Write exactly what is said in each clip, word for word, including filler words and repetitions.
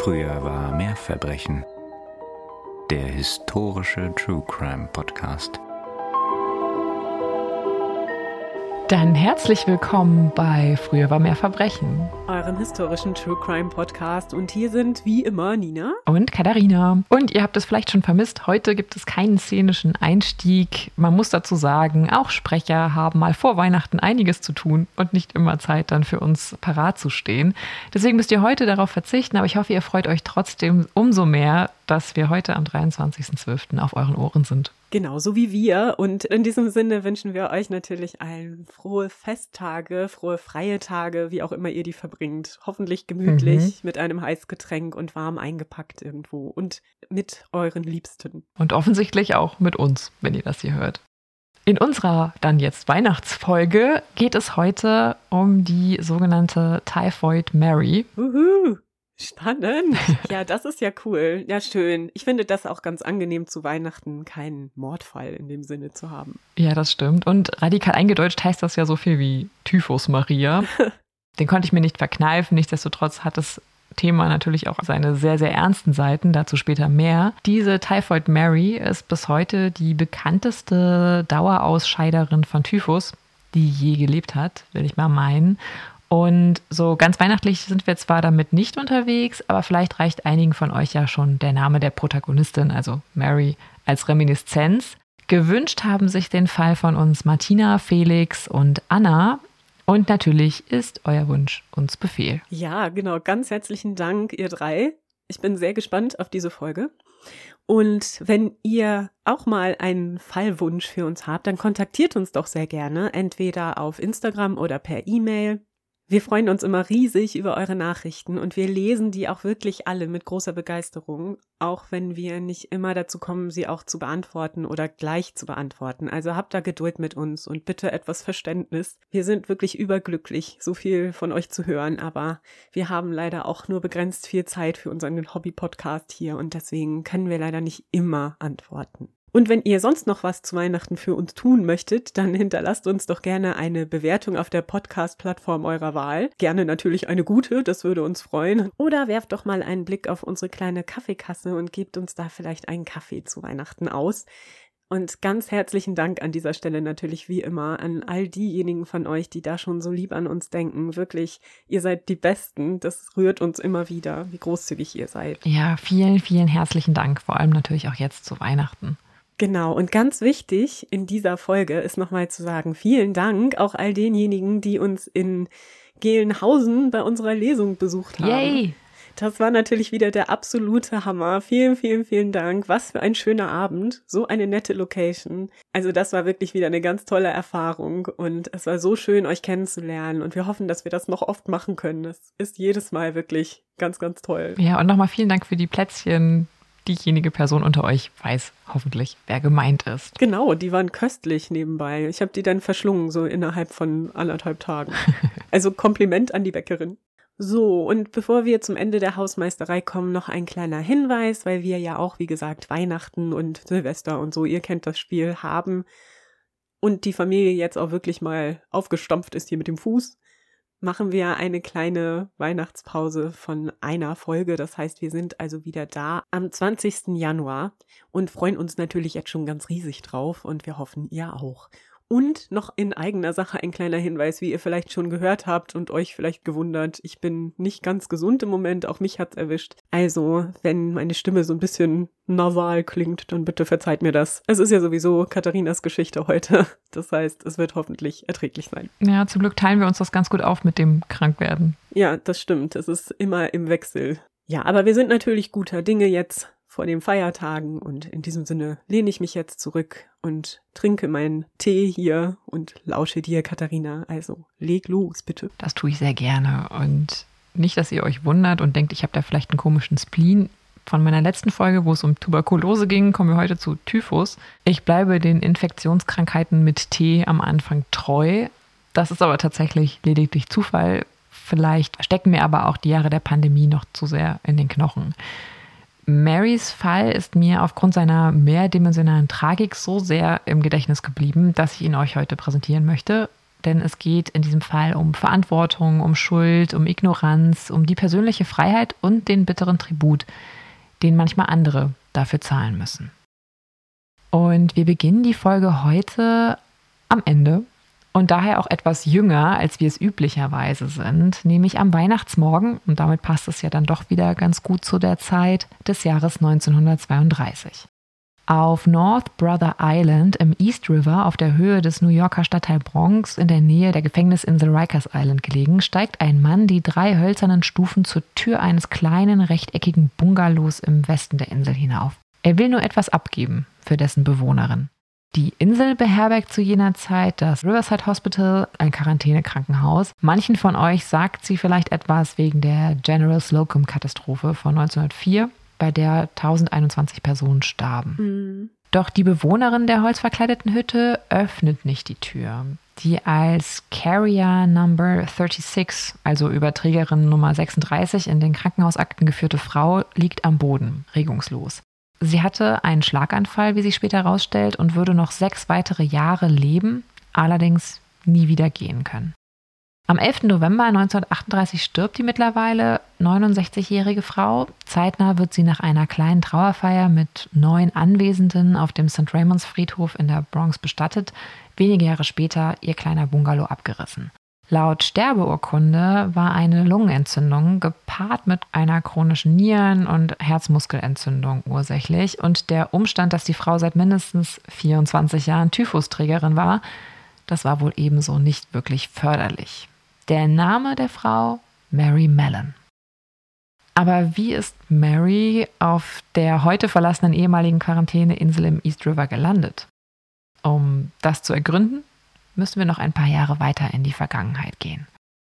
Früher war mehr Verbrechen. Der historische True Crime Podcast. Dann herzlich willkommen bei Früher war mehr Verbrechen, eurem historischen True Crime Podcast. Und hier sind wie immer Nina und Katharina. Und ihr habt es vielleicht schon vermisst, heute gibt es keinen szenischen Einstieg. Man muss dazu sagen, auch Sprecher haben mal vor Weihnachten einiges zu tun und nicht immer Zeit dann für uns parat zu stehen. Deswegen müsst ihr heute darauf verzichten, aber ich hoffe, ihr freut euch trotzdem umso mehr, dass wir heute am dreiundzwanzigsten zwölften auf euren Ohren sind. Genauso wie wir. Und in diesem Sinne wünschen wir euch natürlich allen frohe Festtage, frohe freie Tage, wie auch immer ihr die verbringt. Hoffentlich gemütlich mhm. mit einem Heißgetränk und warm eingepackt irgendwo und mit euren Liebsten. Und offensichtlich auch mit uns, wenn ihr das hier hört. In unserer dann jetzt Weihnachtsfolge geht es heute um die sogenannte Typhoid Mary. Uhu. Spannend. Ja, das ist ja cool. Ja, schön. Ich finde das auch ganz angenehm zu Weihnachten, keinen Mordfall in dem Sinne zu haben. Ja, das stimmt. Und radikal eingedeutscht heißt das ja so viel wie Typhus Maria. Den konnte ich mir nicht verkneifen. Nichtsdestotrotz hat das Thema natürlich auch seine sehr, sehr ernsten Seiten. Dazu später mehr. Diese Typhoid Mary ist bis heute die bekannteste Dauerausscheiderin von Typhus, die je gelebt hat, will ich mal meinen. Und so ganz weihnachtlich sind wir zwar damit nicht unterwegs, aber vielleicht reicht einigen von euch ja schon der Name der Protagonistin, also Mary, als Reminiszenz. Gewünscht haben sich den Fall von uns Martina, Felix und Anna. Und natürlich ist euer Wunsch uns Befehl. Ja, genau. Ganz herzlichen Dank, ihr drei. Ich bin sehr gespannt auf diese Folge. Und wenn ihr auch mal einen Fallwunsch für uns habt, dann kontaktiert uns doch sehr gerne, entweder auf Instagram oder per E-Mail. Wir freuen uns immer riesig über eure Nachrichten und wir lesen die auch wirklich alle mit großer Begeisterung, auch wenn wir nicht immer dazu kommen, sie auch zu beantworten oder gleich zu beantworten. Also habt da Geduld mit uns und bitte etwas Verständnis. Wir sind wirklich überglücklich, so viel von euch zu hören, aber wir haben leider auch nur begrenzt viel Zeit für unseren Hobby-Podcast hier und deswegen können wir leider nicht immer antworten. Und wenn ihr sonst noch was zu Weihnachten für uns tun möchtet, dann hinterlasst uns doch gerne eine Bewertung auf der Podcast-Plattform eurer Wahl. Gerne natürlich eine gute, das würde uns freuen. Oder werft doch mal einen Blick auf unsere kleine Kaffeekasse und gebt uns da vielleicht einen Kaffee zu Weihnachten aus. Und ganz herzlichen Dank an dieser Stelle natürlich wie immer an all diejenigen von euch, die da schon so lieb an uns denken. Wirklich, ihr seid die Besten. Das rührt uns immer wieder, wie großzügig ihr seid. Ja, vielen, vielen herzlichen Dank. Vor allem natürlich auch jetzt zu Weihnachten. Genau, und ganz wichtig in dieser Folge ist nochmal zu sagen, vielen Dank auch all denjenigen, die uns in Gelnhausen bei unserer Lesung besucht haben. Yay! Das war natürlich wieder der absolute Hammer. Vielen, vielen, vielen Dank. Was für ein schöner Abend. So eine nette Location. Also das war wirklich wieder eine ganz tolle Erfahrung und es war so schön, euch kennenzulernen und wir hoffen, dass wir das noch oft machen können. Das ist jedes Mal wirklich ganz, ganz toll. Ja, und nochmal vielen Dank für die Plätzchen. Diejenige Person unter euch weiß hoffentlich, wer gemeint ist. Genau, die waren köstlich nebenbei. Ich habe die dann verschlungen, so innerhalb von anderthalb Tagen. Also Kompliment an die Bäckerin. So, und bevor wir zum Ende der Hausmeisterei kommen, noch ein kleiner Hinweis, weil wir ja auch, wie gesagt, Weihnachten und Silvester und so, ihr kennt das Spiel, haben und die Familie jetzt auch wirklich mal aufgestampft ist hier mit dem Fuß, machen wir eine kleine Weihnachtspause von einer Folge. Das heißt, wir sind also wieder da am zwanzigsten Januar und freuen uns natürlich jetzt schon ganz riesig drauf und wir hoffen, ihr auch. Und noch in eigener Sache ein kleiner Hinweis, wie ihr vielleicht schon gehört habt und euch vielleicht gewundert, ich bin nicht ganz gesund im Moment, auch mich hat's erwischt. Also, wenn meine Stimme so ein bisschen nasal klingt, dann bitte verzeiht mir das. Es ist ja sowieso Katharinas Geschichte heute. Das heißt, es wird hoffentlich erträglich sein. Ja, zum Glück teilen wir uns das ganz gut auf mit dem Krankwerden. Ja, das stimmt. Es ist immer im Wechsel. Ja, aber wir sind natürlich guter Dinge jetzt vor den Feiertagen und in diesem Sinne lehne ich mich jetzt zurück und trinke meinen Tee hier und lausche dir, Katharina. Also leg los, bitte. Das tue ich sehr gerne und nicht, dass ihr euch wundert und denkt, ich habe da vielleicht einen komischen Spleen. Von meiner letzten Folge, wo es um Tuberkulose ging, kommen wir heute zu Typhus. Ich bleibe den Infektionskrankheiten mit T am Anfang treu. Das ist aber tatsächlich lediglich Zufall. Vielleicht stecken mir aber auch die Jahre der Pandemie noch zu sehr in den Knochen. Marys Fall ist mir aufgrund seiner mehrdimensionalen Tragik so sehr im Gedächtnis geblieben, dass ich ihn euch heute präsentieren möchte. denn es geht in diesem Fall um Verantwortung, um Schuld, um Ignoranz, um die persönliche Freiheit und den bitteren Tribut, den manchmal andere dafür zahlen müssen. Und wir beginnen die Folge heute am Ende und daher auch etwas jünger, als wir es üblicherweise sind, nämlich am Weihnachtsmorgen, und damit passt es ja dann doch wieder ganz gut zu der Zeit des Jahres neunzehnhundertzweiunddreißig. Auf North Brother Island im East River auf der Höhe des New Yorker Stadtteil Bronx in der Nähe der Gefängnisinsel Rikers Island gelegen, steigt ein Mann die drei hölzernen Stufen zur Tür eines kleinen rechteckigen Bungalows im Westen der Insel hinauf. Er will nur etwas abgeben für dessen Bewohnerin. Die Insel beherbergt zu jener Zeit das Riverside Hospital, ein Quarantänekrankenhaus. Manchen von euch sagt sie vielleicht etwas wegen der General Slocum-Katastrophe von neunzehnhundertvier, bei der eintausendeinundzwanzig Personen starben. Mhm. Doch die Bewohnerin der holzverkleideten Hütte öffnet nicht die Tür. Die als Carrier Number sechsunddreißig, also Überträgerin Nummer sechsunddreißig, in den Krankenhausakten geführte Frau liegt am Boden, regungslos. Sie hatte einen Schlaganfall, wie sich später herausstellt, und würde noch sechs weitere Jahre leben, allerdings nie wieder gehen können. Am elften November neunzehnhundertachtunddreißig stirbt die mittlerweile neunundsechzigjährige Frau. Zeitnah wird sie nach einer kleinen Trauerfeier mit neun Anwesenden auf dem Sankt Raymond's Friedhof in der Bronx bestattet. Wenige Jahre später ihr kleiner Bungalow abgerissen. Laut Sterbeurkunde war eine Lungenentzündung gepaart mit einer chronischen Nieren- und Herzmuskelentzündung ursächlich. Und der Umstand, dass die Frau seit mindestens vierundzwanzig Jahren Typhusträgerin war, das war wohl ebenso nicht wirklich förderlich. Der Name der Frau? Mary Mallon. Aber wie ist Mary auf der heute verlassenen ehemaligen Quarantäneinsel im East River gelandet? Um das zu ergründen, müssen wir noch ein paar Jahre weiter in die Vergangenheit gehen.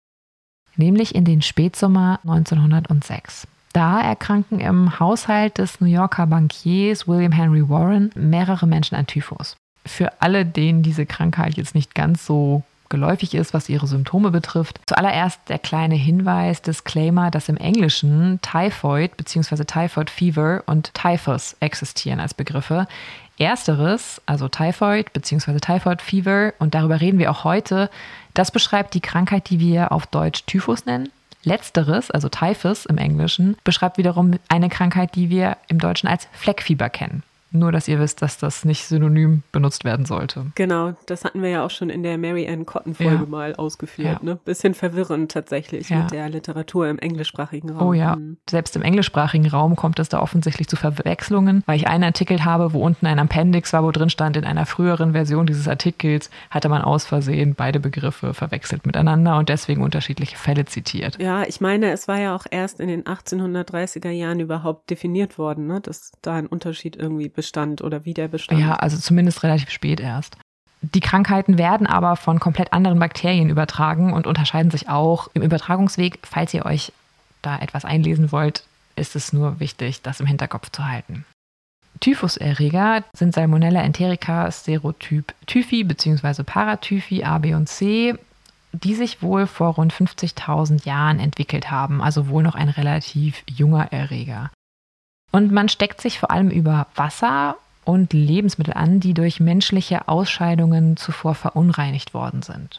Nämlich in den Spätsommer neunzehnhundertsechs. Da erkranken im Haushalt des New Yorker Bankiers William Henry Warren mehrere Menschen an Typhus. Für alle, denen diese Krankheit jetzt nicht ganz so geläufig ist, was ihre Symptome betrifft. Zuallererst der kleine Hinweis, Disclaimer, dass im Englischen Typhoid bzw. Typhoid Fever und Typhus existieren als Begriffe. Ersteres, also Typhoid bzw. Typhoid Fever, und darüber reden wir auch heute, das beschreibt die Krankheit, die wir auf Deutsch Typhus nennen. Letzteres, also Typhus im Englischen, beschreibt wiederum eine Krankheit, die wir im Deutschen als Fleckfieber kennen. Nur, dass ihr wisst, dass das nicht synonym benutzt werden sollte. Genau, das hatten wir ja auch schon in der Mary Ann Cotton-Folge ja. mal ausgeführt. Ja. Ne? Bisschen verwirrend tatsächlich ja. mit der Literatur im englischsprachigen Raum. Oh ja, mhm. Selbst im englischsprachigen Raum kommt es da offensichtlich zu Verwechslungen, weil ich einen Artikel habe, wo unten ein Appendix war, wo drin stand, in einer früheren Version dieses Artikels hatte man aus Versehen beide Begriffe verwechselt miteinander und deswegen unterschiedliche Fälle zitiert. Ja, ich meine, es war ja auch erst in den achtzehnhundertdreißiger Jahren überhaupt definiert worden, ne? Dass da ein Unterschied irgendwie bestand oder wie der bestand. Ja, also zumindest relativ spät erst. Die Krankheiten werden aber von komplett anderen Bakterien übertragen und unterscheiden sich auch im Übertragungsweg. Falls ihr euch da etwas einlesen wollt, ist es nur wichtig, das im Hinterkopf zu halten. Typhuserreger sind Salmonella enterica Serotyp Typhi bzw. Paratyphi A, B und C, die sich wohl vor rund fünfzigtausend Jahren entwickelt haben, also wohl noch ein relativ junger Erreger. Und man steckt sich vor allem über Wasser und Lebensmittel an, die durch menschliche Ausscheidungen zuvor verunreinigt worden sind.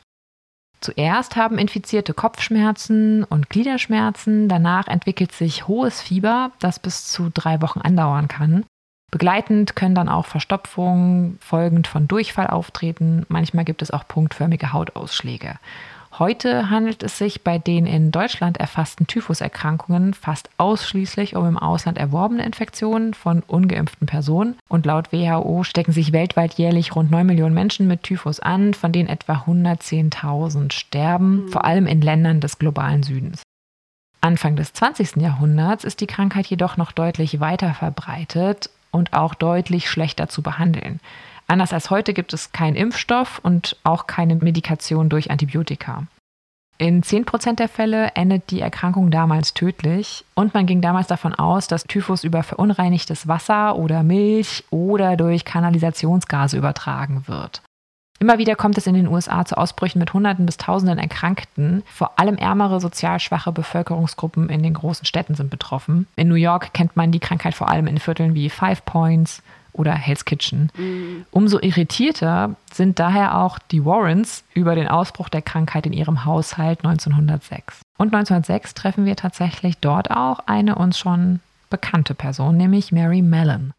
Zuerst haben Infizierte Kopfschmerzen und Gliederschmerzen, danach entwickelt sich hohes Fieber, das bis zu drei Wochen andauern kann. Begleitend können dann auch Verstopfungen folgend von Durchfall auftreten, manchmal gibt es auch punktförmige Hautausschläge. Heute handelt es sich bei den in Deutschland erfassten Typhuserkrankungen fast ausschließlich um im Ausland erworbene Infektionen von ungeimpften Personen. Und laut W H O stecken sich weltweit jährlich rund neun Millionen Menschen mit Typhus an, von denen etwa hundertzehntausend sterben, mhm. vor allem in Ländern des globalen Südens. Anfang des zwanzigsten Jahrhunderts ist die Krankheit jedoch noch deutlich weiter verbreitet und auch deutlich schlechter zu behandeln. Anders als heute gibt es keinen Impfstoff und auch keine Medikation durch Antibiotika. In zehn Prozent der Fälle endet die Erkrankung damals tödlich und man ging damals davon aus, dass Typhus über verunreinigtes Wasser oder Milch oder durch Kanalisationsgase übertragen wird. Immer wieder kommt es in den U S A zu Ausbrüchen mit Hunderten bis Tausenden Erkrankten. Vor allem ärmere, sozial schwache Bevölkerungsgruppen in den großen Städten sind betroffen. In New York kennt man die Krankheit vor allem in Vierteln wie Five Points oder Hell's Kitchen. Mhm. Umso irritierter sind daher auch die Warrens über den Ausbruch der Krankheit in ihrem Haushalt neunzehnhundertsechs. Und neunzehnhundertsechs treffen wir tatsächlich dort auch eine uns schon bekannte Person, nämlich Mary Mallon.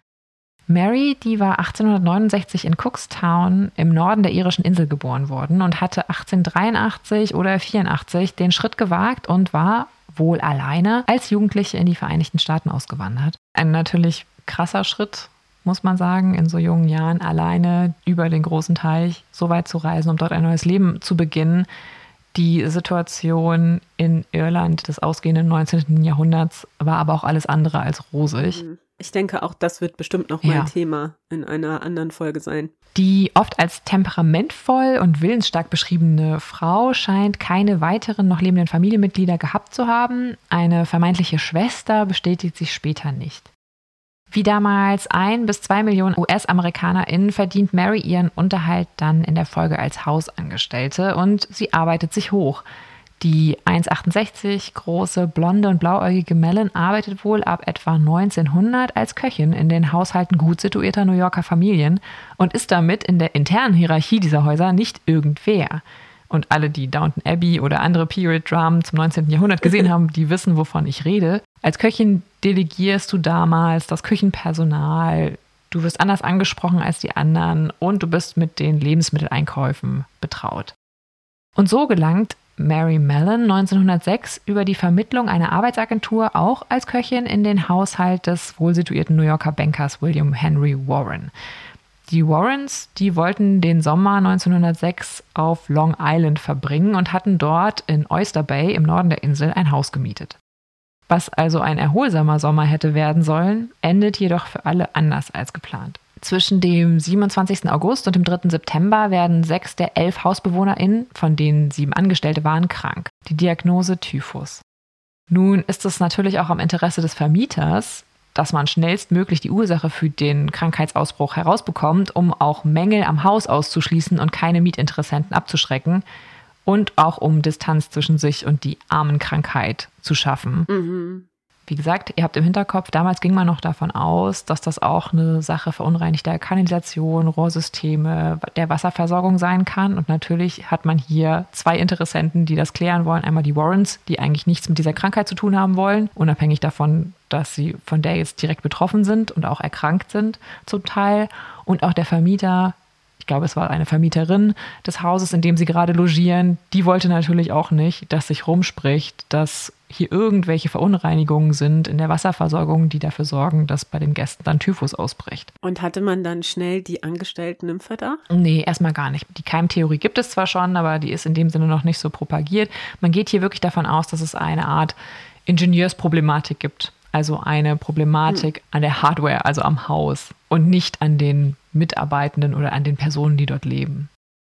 Mary, die war achtzehnhundertneunundsechzig in Cookstown im Norden der irischen Insel geboren worden und hatte achtzehnhundertdreiundachtzig oder vierundachtzig den Schritt gewagt und war wohl alleine als Jugendliche in die Vereinigten Staaten ausgewandert. Ein natürlich krasser Schritt, muss man sagen, in so jungen Jahren alleine über den großen Teich so weit zu reisen, um dort ein neues Leben zu beginnen. Die Situation in Irland des ausgehenden neunzehnten Jahrhunderts war aber auch alles andere als rosig. Ich denke, auch das wird bestimmt noch mal Ja. ein Thema in einer anderen Folge sein. Die oft als temperamentvoll und willensstark beschriebene Frau scheint keine weiteren noch lebenden Familienmitglieder gehabt zu haben. Eine vermeintliche Schwester bestätigt sich später nicht. Wie damals ein bis zwei Millionen U S-AmerikanerInnen verdient Mary ihren Unterhalt dann in der Folge als Hausangestellte und sie arbeitet sich hoch. Die eins Komma achtundsechzig große, blonde und blauäugige Mallon arbeitet wohl ab etwa neunzehnhundert als Köchin in den Haushalten gut situierter New Yorker Familien und ist damit in der internen Hierarchie dieser Häuser nicht irgendwer. Und alle, die Downton Abbey oder andere Period-Dramen zum neunzehnten Jahrhundert gesehen haben, die wissen, wovon ich rede. Als Köchin delegierst du damals das Küchenpersonal, du wirst anders angesprochen als die anderen und du bist mit den Lebensmitteleinkäufen betraut. Und so gelangt Mary Mallon neunzehnhundertsechs über die Vermittlung einer Arbeitsagentur auch als Köchin in den Haushalt des wohlsituierten New Yorker Bankers William Henry Warren. Die Warrens, die wollten den Sommer neunzehnhundertsechs auf Long Island verbringen und hatten dort in Oyster Bay im Norden der Insel ein Haus gemietet. Was also ein erholsamer Sommer hätte werden sollen, endet jedoch für alle anders als geplant. Zwischen dem siebenundzwanzigsten August und dem dritten September werden sechs der elf HausbewohnerInnen, von denen sieben Angestellte waren, krank. Die Diagnose Typhus. Nun ist es natürlich auch am Interesse des Vermieters, dass man schnellstmöglich die Ursache für den Krankheitsausbruch herausbekommt, um auch Mängel am Haus auszuschließen und keine Mietinteressenten abzuschrecken und auch um Distanz zwischen sich und die Armenkrankheit zu schaffen. Mhm. Wie gesagt, ihr habt im Hinterkopf, damals ging man noch davon aus, dass das auch eine Sache verunreinigter Kanalisation, Rohrsysteme, der Wasserversorgung sein kann. Und natürlich hat man hier zwei Interessenten, die das klären wollen. Einmal die Warrens, die eigentlich nichts mit dieser Krankheit zu tun haben wollen, unabhängig davon, dass sie von der jetzt direkt betroffen sind und auch erkrankt sind zum Teil. Und auch der Vermieter, ich glaube, es war eine Vermieterin des Hauses, in dem sie gerade logieren, die wollte natürlich auch nicht, dass sich rumspricht, dass hier irgendwelche Verunreinigungen sind in der Wasserversorgung, die dafür sorgen, dass bei den Gästen dann Typhus ausbricht. Und hatte man dann schnell die Angestellten im Verdacht? Nee, erstmal gar nicht. Die Keimtheorie gibt es zwar schon, aber die ist in dem Sinne noch nicht so propagiert. Man geht hier wirklich davon aus, dass es eine Art Ingenieursproblematik gibt. Also eine Problematik hm. an der Hardware, also am Haus und nicht an den Mitarbeitenden oder an den Personen, die dort leben.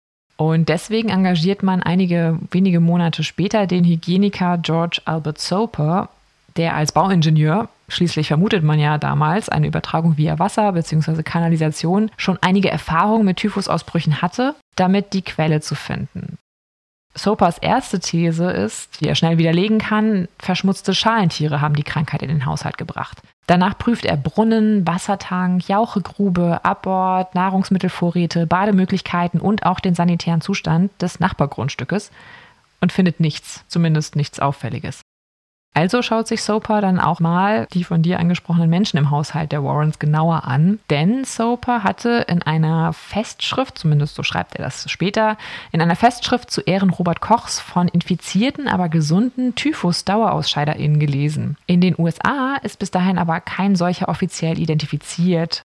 Und deswegen engagiert man einige wenige Monate später den Hygieniker George Albert Soper, der als Bauingenieur, schließlich vermutet man ja damals eine Übertragung via Wasser bzw. Kanalisation, schon einige Erfahrungen mit Typhusausbrüchen hatte, damit die Quelle zu finden. Sopers erste These ist, die er schnell widerlegen kann, verschmutzte Schalentiere haben die Krankheit in den Haushalt gebracht. Danach prüft er Brunnen, Wassertank, Jauchegrube, Abbord, Nahrungsmittelvorräte, Bademöglichkeiten und auch den sanitären Zustand des Nachbargrundstückes und findet nichts, zumindest nichts Auffälliges. Also schaut sich Soper dann auch mal die von dir angesprochenen Menschen im Haushalt der Warrens genauer an, denn Soper hatte in einer Festschrift, zumindest so schreibt er das später, in einer Festschrift zu Ehren Robert Kochs von infizierten, aber gesunden Typhus-DauerausscheiderInnen gelesen. In den U S A ist bis dahin aber kein solcher offiziell identifiziert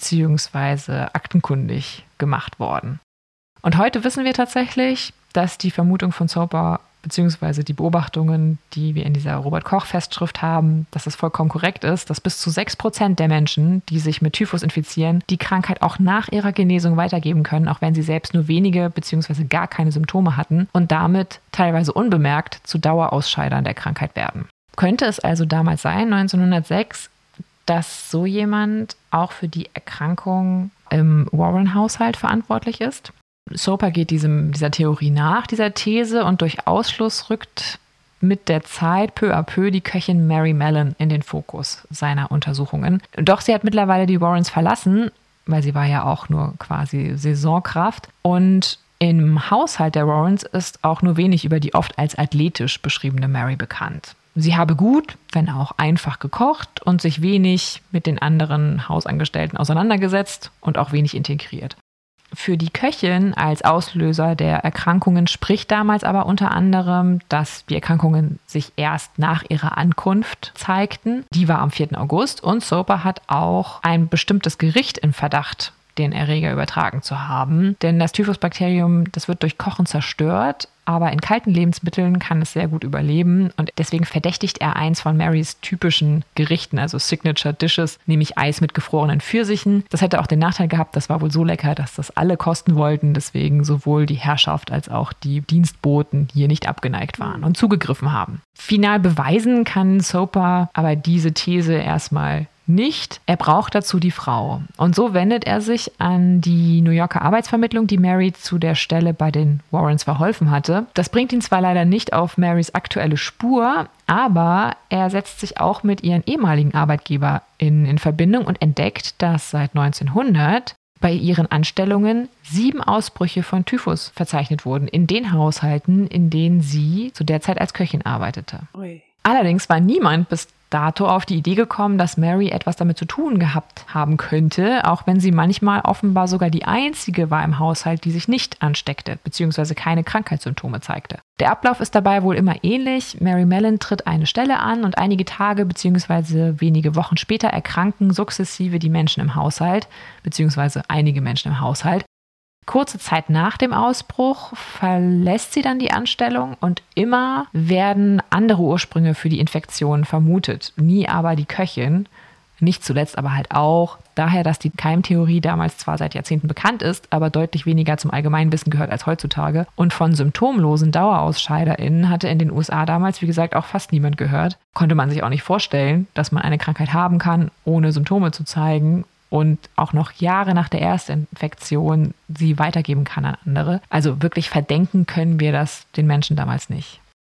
bzw. aktenkundig gemacht worden. Und heute wissen wir tatsächlich, dass die Vermutung von Soper beziehungsweise die Beobachtungen, die wir in dieser Robert-Koch-Festschrift haben, dass es vollkommen korrekt ist, dass bis zu sechs Prozent der Menschen, die sich mit Typhus infizieren, die Krankheit auch nach ihrer Genesung weitergeben können, auch wenn sie selbst nur wenige beziehungsweise gar keine Symptome hatten und damit teilweise unbemerkt zu Dauerausscheidern der Krankheit werden. Könnte es also damals sein, neunzehnhundertsechs, dass so jemand auch für die Erkrankung im Warren-Haushalt verantwortlich ist? Soper geht diesem, dieser Theorie nach, dieser These, und durch Ausschluss rückt mit der Zeit peu à peu die Köchin Mary Mallon in den Fokus seiner Untersuchungen. Doch sie hat mittlerweile die Warrens verlassen weil sie war ja auch nur quasi Saisonkraft. Und im Haushalt der Warrens ist auch nur wenig über die oft als athletisch beschriebene Mary bekannt. Sie habe gut, wenn auch einfach gekocht und sich wenig mit den anderen Hausangestellten auseinandergesetzt und auch wenig integriert. Für die Köchin als Auslöser der Erkrankungen spricht damals aber unter anderem, dass die Erkrankungen sich erst nach ihrer Ankunft zeigten. Die war am vierten August und Soper hat auch ein bestimmtes Gericht in Verdacht, den Erreger übertragen zu haben. Denn das Typhusbakterium, das wird durch Kochen zerstört, aber in kalten Lebensmitteln kann es sehr gut überleben. Und deswegen verdächtigt er eins von Marys typischen Gerichten, also Signature Dishes, nämlich Eis mit gefrorenen Pfirsichen. Das hätte auch den Nachteil gehabt, das war wohl so lecker, dass das alle kosten wollten. Deswegen sowohl die Herrschaft als auch die Dienstboten hier nicht abgeneigt waren und zugegriffen haben. Final beweisen kann Soper aber diese These erstmal nicht. Er braucht dazu die Frau. Und so wendet er sich an die New Yorker Arbeitsvermittlung, die Mary zu der Stelle bei den Warrens verholfen hatte. Das bringt ihn zwar leider nicht auf Marys aktuelle Spur, aber er setzt sich auch mit ihren ehemaligen ArbeitgeberInnen in Verbindung und entdeckt, dass seit neunzehnhundert bei ihren Anstellungen sieben Ausbrüche von Typhus verzeichnet wurden in den Haushalten, in denen sie zu der Zeit als Köchin arbeitete. Ui. Allerdings war niemand bis dato auf die Idee gekommen, dass Mary etwas damit zu tun gehabt haben könnte, auch wenn sie manchmal offenbar sogar die einzige war im Haushalt, die sich nicht ansteckte bzw. keine Krankheitssymptome zeigte. Der Ablauf ist dabei wohl immer ähnlich. Mary Mallon tritt eine Stelle an und einige Tage bzw. wenige Wochen später erkranken sukzessive die Menschen im Haushalt bzw. einige Menschen im Haushalt. Kurze Zeit nach dem Ausbruch verlässt sie dann die Anstellung und immer werden andere Ursprünge für die Infektion vermutet, nie aber die Köchin. Nicht zuletzt aber halt auch daher, dass die Keimtheorie damals zwar seit Jahrzehnten bekannt ist, aber deutlich weniger zum Allgemeinwissen gehört als heutzutage. Und von symptomlosen DauerausscheiderInnen hatte in den U S A damals, wie gesagt, auch fast niemand gehört. Konnte man sich auch nicht vorstellen, dass man eine Krankheit haben kann, ohne Symptome zu zeigen. Und auch noch Jahre nach der Erstinfektion sie weitergeben kann an andere. Also wirklich verdenken können wir das den Menschen damals nicht.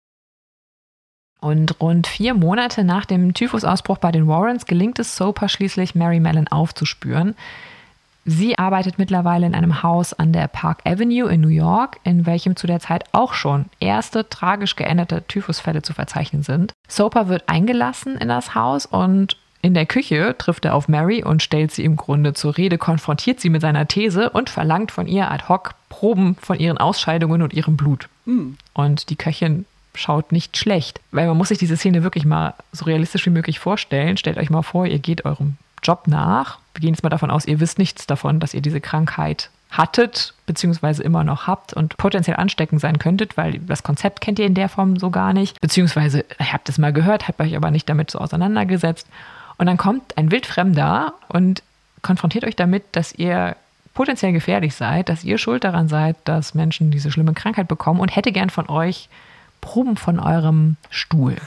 Und rund vier Monate nach dem Typhusausbruch bei den Warrens gelingt es Soper schließlich, Mary Mallon aufzuspüren. Sie arbeitet mittlerweile in einem Haus an der Park Avenue in New York, in welchem zu der Zeit auch schon erste tragisch geendete Typhusfälle zu verzeichnen sind. Soper wird eingelassen in das Haus und in der Küche trifft er auf Mary und stellt sie im Grunde zur Rede, konfrontiert sie mit seiner These und verlangt von ihr ad hoc Proben von ihren Ausscheidungen und ihrem Blut. Mhm. Und die Köchin schaut nicht schlecht, weil man muss sich diese Szene wirklich mal so realistisch wie möglich vorstellen. Stellt euch mal vor, ihr geht eurem Job nach. Wir gehen jetzt mal davon aus, ihr wisst nichts davon, dass ihr diese Krankheit hattet, beziehungsweise immer noch habt und potenziell ansteckend sein könntet, weil das Konzept kennt ihr in der Form so gar nicht. Beziehungsweise ihr habt es mal gehört, habt euch aber nicht damit so auseinandergesetzt. Und dann kommt ein Wildfremder und konfrontiert euch damit, dass ihr potenziell gefährlich seid, dass ihr schuld daran seid, dass Menschen diese schlimme Krankheit bekommen und hätte gern von euch Proben von eurem Stuhl.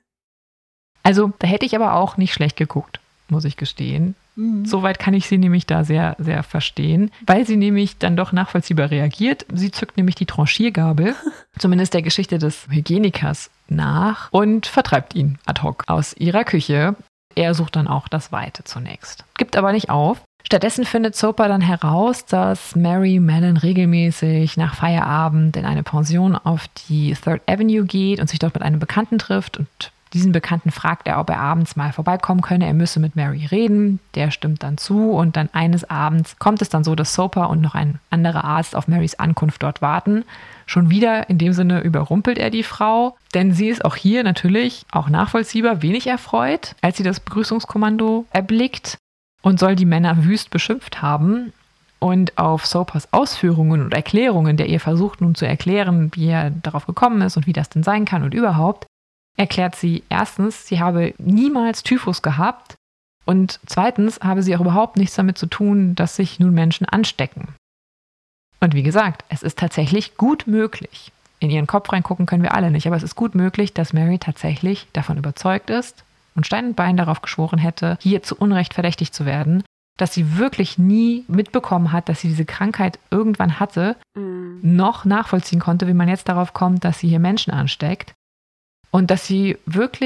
Also da hätte ich aber auch nicht schlecht geguckt, muss ich gestehen. Mhm. Soweit kann ich sie nämlich da sehr, sehr verstehen, weil sie nämlich dann doch nachvollziehbar reagiert. Sie zückt nämlich die Tranchiergabel, zumindest der Geschichte des Hygienikers nach, und vertreibt ihn ad hoc aus ihrer Küche. Er sucht dann auch das Weite zunächst, gibt aber nicht auf. Stattdessen findet Soper dann heraus, dass Mary Mallon regelmäßig nach Feierabend in eine Pension auf die Third Avenue geht und sich dort mit einem Bekannten trifft. Und diesen Bekannten fragt er, ob er abends mal vorbeikommen könne. Er müsse mit Mary reden. Der stimmt dann zu und dann eines Abends kommt es dann so, dass Soper und noch ein anderer Arzt auf Marys Ankunft dort warten. Schon wieder in dem Sinne überrumpelt er die Frau, denn sie ist auch hier natürlich, auch nachvollziehbar, wenig erfreut, als sie das Begrüßungskommando erblickt und soll die Männer wüst beschimpft haben. Und auf Sopers Ausführungen und Erklärungen, der ihr versucht nun zu erklären, wie er darauf gekommen ist und wie das denn sein kann und überhaupt, erklärt sie erstens, sie habe niemals Typhus gehabt und zweitens habe sie auch überhaupt nichts damit zu tun, dass sich nun Menschen anstecken. Und wie gesagt, es ist tatsächlich gut möglich. In ihren Kopf reingucken können wir alle nicht, aber es ist gut möglich, dass Mary tatsächlich davon überzeugt ist und Stein und Bein darauf geschworen hätte, hier zu Unrecht verdächtigt zu werden, dass sie wirklich nie mitbekommen hat, dass sie diese Krankheit irgendwann hatte, mhm. noch nachvollziehen konnte, wie man jetzt darauf kommt, dass sie hier Menschen ansteckt und dass sie wirklich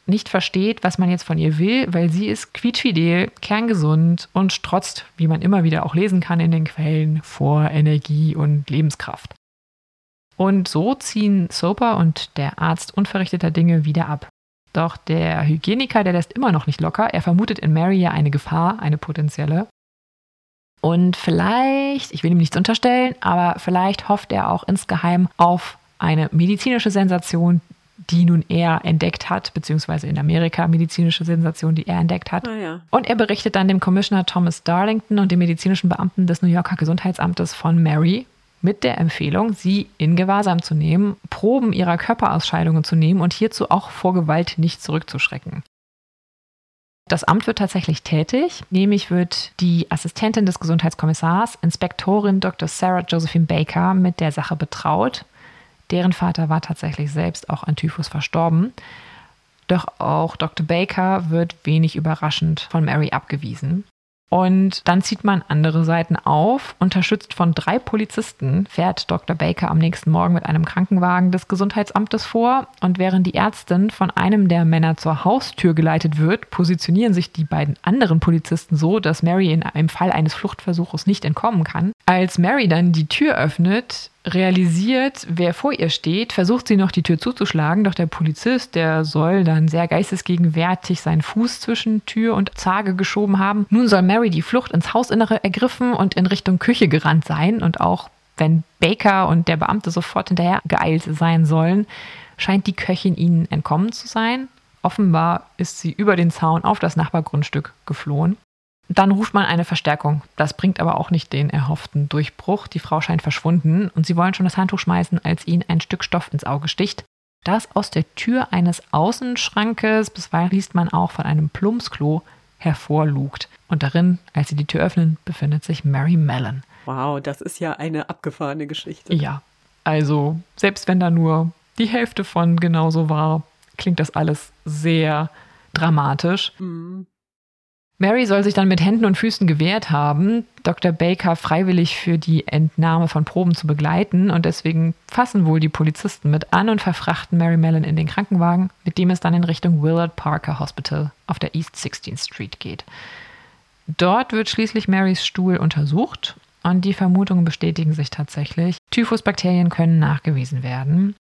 nicht versteht, was man jetzt von ihr will, weil sie ist quietschfidel, kerngesund und strotzt, wie man immer wieder auch lesen kann in den Quellen, vor Energie und Lebenskraft. Und so ziehen Soper und der Arzt unverrichteter Dinge wieder ab. Doch der Hygieniker, der lässt immer noch nicht locker. Er vermutet in Mary ja eine Gefahr, eine potenzielle. Und vielleicht, ich will ihm nichts unterstellen, aber vielleicht hofft er auch insgeheim auf eine medizinische Sensation, die nun er entdeckt hat, beziehungsweise in Amerika medizinische Sensation, die er entdeckt hat. Ah, ja. Und er berichtet dann dem Commissioner Thomas Darlington und dem medizinischen Beamten des New Yorker Gesundheitsamtes von Mary mit der Empfehlung, sie in Gewahrsam zu nehmen, Proben ihrer Körperausscheidungen zu nehmen und hierzu auch vor Gewalt nicht zurückzuschrecken. Das Amt wird tatsächlich tätig, nämlich wird die Assistentin des Gesundheitskommissars, Inspektorin Doktor Sarah Josephine Baker, mit der Sache betraut. Deren Vater war tatsächlich selbst auch an Typhus verstorben. Doch auch Doktor Baker wird wenig überraschend von Mary abgewiesen. Und dann zieht man andere Seiten auf. Unterstützt von drei Polizisten fährt Doktor Baker am nächsten Morgen mit einem Krankenwagen des Gesundheitsamtes vor. Und während die Ärztin von einem der Männer zur Haustür geleitet wird, positionieren sich die beiden anderen Polizisten so, dass Mary in einem Fall eines Fluchtversuches nicht entkommen kann. Als Mary dann die Tür öffnet, realisiert, wer vor ihr steht, versucht sie noch die Tür zuzuschlagen, doch der Polizist, der soll dann sehr geistesgegenwärtig seinen Fuß zwischen Tür und Zarge geschoben haben. Nun soll Mary die Flucht ins Hausinnere ergriffen und in Richtung Küche gerannt sein. Und auch wenn Baker und der Beamte sofort hinterher geeilt sein sollen, scheint die Köchin ihnen entkommen zu sein. Offenbar ist sie über den Zaun auf das Nachbargrundstück geflohen. Dann ruft man eine Verstärkung. Das bringt aber auch nicht den erhofften Durchbruch. Die Frau scheint verschwunden und sie wollen schon das Handtuch schmeißen, als ihnen ein Stück Stoff ins Auge sticht, das aus der Tür eines Außenschrankes, bisweilen liest man auch von einem Plumpsklo, hervorlugt. Und darin, als sie die Tür öffnen, befindet sich Mary Mallon. Wow, das ist ja eine abgefahrene Geschichte. Ja, also selbst wenn da nur die Hälfte von genauso war, klingt das alles sehr dramatisch. Mhm. Mary soll sich dann mit Händen und Füßen gewehrt haben, Doktor Baker freiwillig für die Entnahme von Proben zu begleiten und deswegen fassen wohl die Polizisten mit an und verfrachten Mary Mallon in den Krankenwagen, mit dem es dann in Richtung Willard Parker Hospital auf der East sixteenth Street geht. Dort wird schließlich Marys Stuhl untersucht und die Vermutungen bestätigen sich tatsächlich. Typhusbakterien können nachgewiesen werden.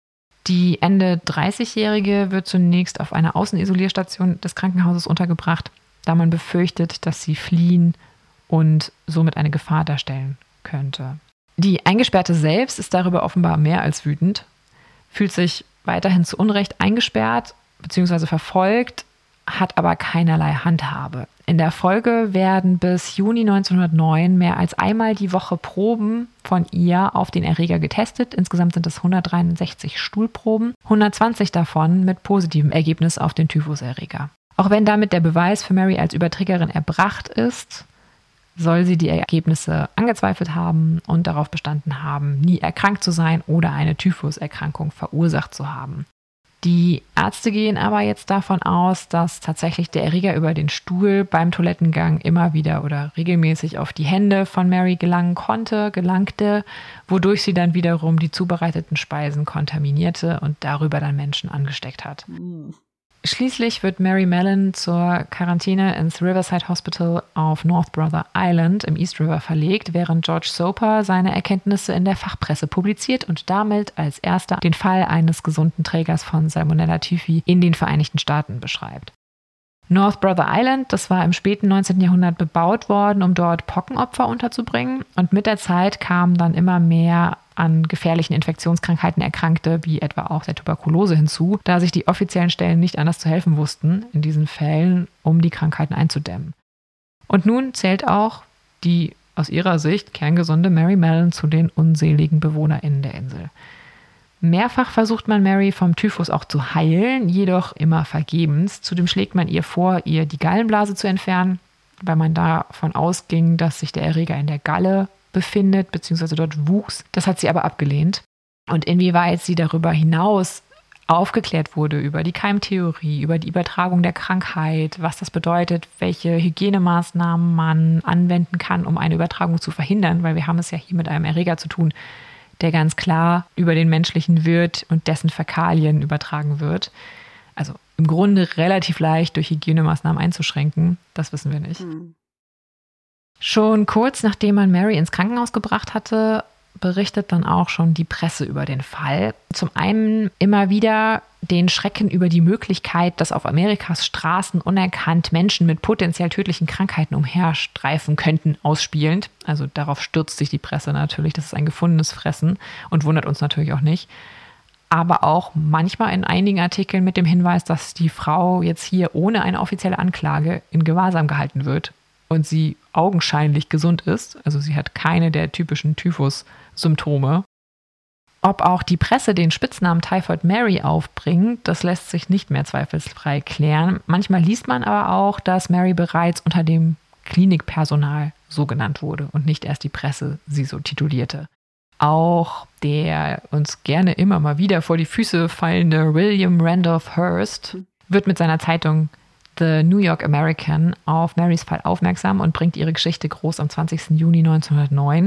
Die Ende dreißigjährige wird zunächst auf einer Außenisolierstation des Krankenhauses untergebracht, da man befürchtet, dass sie fliehen und somit eine Gefahr darstellen könnte. Die Eingesperrte selbst ist darüber offenbar mehr als wütend, fühlt sich weiterhin zu Unrecht eingesperrt bzw. verfolgt, hat aber keinerlei Handhabe. In der Folge werden bis Juni neunzehnhundertneun mehr als einmal die Woche Proben von ihr auf den Erreger getestet. Insgesamt sind es hundertdreiundsechzig Stuhlproben, hundertzwanzig davon mit positivem Ergebnis auf den Typhuserreger. Auch wenn damit der Beweis für Mary als Überträgerin erbracht ist, soll sie die Ergebnisse angezweifelt haben und darauf bestanden haben, nie erkrankt zu sein oder eine Typhuserkrankung verursacht zu haben. Die Ärzte gehen aber jetzt davon aus, dass tatsächlich der Erreger über den Stuhl beim Toilettengang immer wieder oder regelmäßig auf die Hände von Mary gelangen konnte, gelangte, wodurch sie dann wiederum die zubereiteten Speisen kontaminierte und darüber dann Menschen angesteckt hat. Mhm. Schließlich wird Mary Mallon zur Quarantäne ins Riverside Hospital auf North Brother Island im East River verlegt, während George Soper seine Erkenntnisse in der Fachpresse publiziert und damit als erster den Fall eines gesunden Trägers von Salmonella typhi in den Vereinigten Staaten beschreibt. North Brother Island, das war im späten neunzehnten Jahrhundert bebaut worden, um dort Pockenopfer unterzubringen. Und mit der Zeit kamen dann immer mehr an gefährlichen Infektionskrankheiten Erkrankte, wie etwa auch der Tuberkulose hinzu, da sich die offiziellen Stellen nicht anders zu helfen wussten in diesen Fällen, um die Krankheiten einzudämmen. Und nun zählt auch die aus ihrer Sicht kerngesunde Mary Mallon zu den unseligen BewohnerInnen der Insel. Mehrfach versucht man Mary vom Typhus auch zu heilen, jedoch immer vergebens. Zudem schlägt man ihr vor, ihr die Gallenblase zu entfernen, weil man davon ausging, dass sich der Erreger in der Galle befindet, beziehungsweise dort wuchs. Das hat sie aber abgelehnt. Und inwieweit sie darüber hinaus aufgeklärt wurde über die Keimtheorie, über die Übertragung der Krankheit, was das bedeutet, welche Hygienemaßnahmen man anwenden kann, um eine Übertragung zu verhindern, weil wir haben es ja hier mit einem Erreger zu tun, der ganz klar über den menschlichen Wirt und dessen Fäkalien übertragen wird. Also im Grunde relativ leicht durch Hygienemaßnahmen einzuschränken. Das wissen wir nicht. Hm. Schon kurz nachdem man Mary ins Krankenhaus gebracht hatte, berichtet dann auch schon die Presse über den Fall. Zum einen immer wieder den Schrecken über die Möglichkeit, dass auf Amerikas Straßen unerkannt Menschen mit potenziell tödlichen Krankheiten umherstreifen könnten, ausspielend. Also darauf stürzt sich die Presse natürlich. Das ist ein gefundenes Fressen und wundert uns natürlich auch nicht. Aber auch manchmal in einigen Artikeln mit dem Hinweis, dass die Frau jetzt hier ohne eine offizielle Anklage in Gewahrsam gehalten wird und sie augenscheinlich gesund ist. Also sie hat keine der typischen Typhus-Symptome. Ob auch die Presse den Spitznamen Typhoid Mary aufbringt, das lässt sich nicht mehr zweifelsfrei klären. Manchmal liest man aber auch, dass Mary bereits unter dem Klinikpersonal so genannt wurde und nicht erst die Presse sie so titulierte. Auch der uns gerne immer mal wieder vor die Füße fallende William Randolph Hearst wird mit seiner Zeitung The New York American auf Marys Fall aufmerksam und bringt ihre Geschichte groß am zwanzigsten Juni neunzehnhundertneun.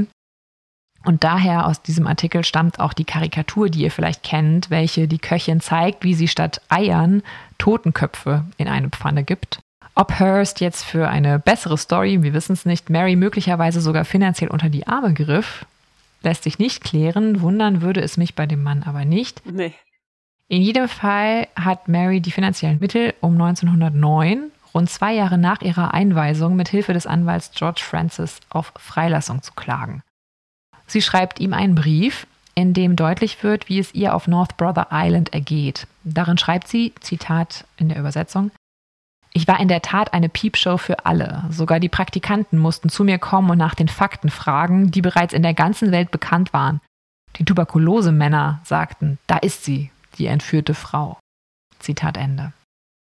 Und daher aus diesem Artikel stammt auch die Karikatur, die ihr vielleicht kennt, welche die Köchin zeigt, wie sie statt Eiern Totenköpfe in eine Pfanne gibt. Ob Hearst jetzt für eine bessere Story, wir wissen es nicht, Mary möglicherweise sogar finanziell unter die Arme griff, lässt sich nicht klären. Wundern würde es mich bei dem Mann aber nicht. Nee. In jedem Fall hat Mary die finanziellen Mittel, um neunzehnhundertneun, rund zwei Jahre nach ihrer Einweisung, mit Hilfe des Anwalts George Francis auf Freilassung zu klagen. Sie schreibt ihm einen Brief, in dem deutlich wird, wie es ihr auf North Brother Island ergeht. Darin schreibt sie, Zitat in der Übersetzung: Ich war in der Tat eine Piepshow für alle. Sogar die Praktikanten mussten zu mir kommen und nach den Fakten fragen, die bereits in der ganzen Welt bekannt waren. Die Tuberkulose-Männer sagten, da ist sie, die entführte Frau. Zitat Ende.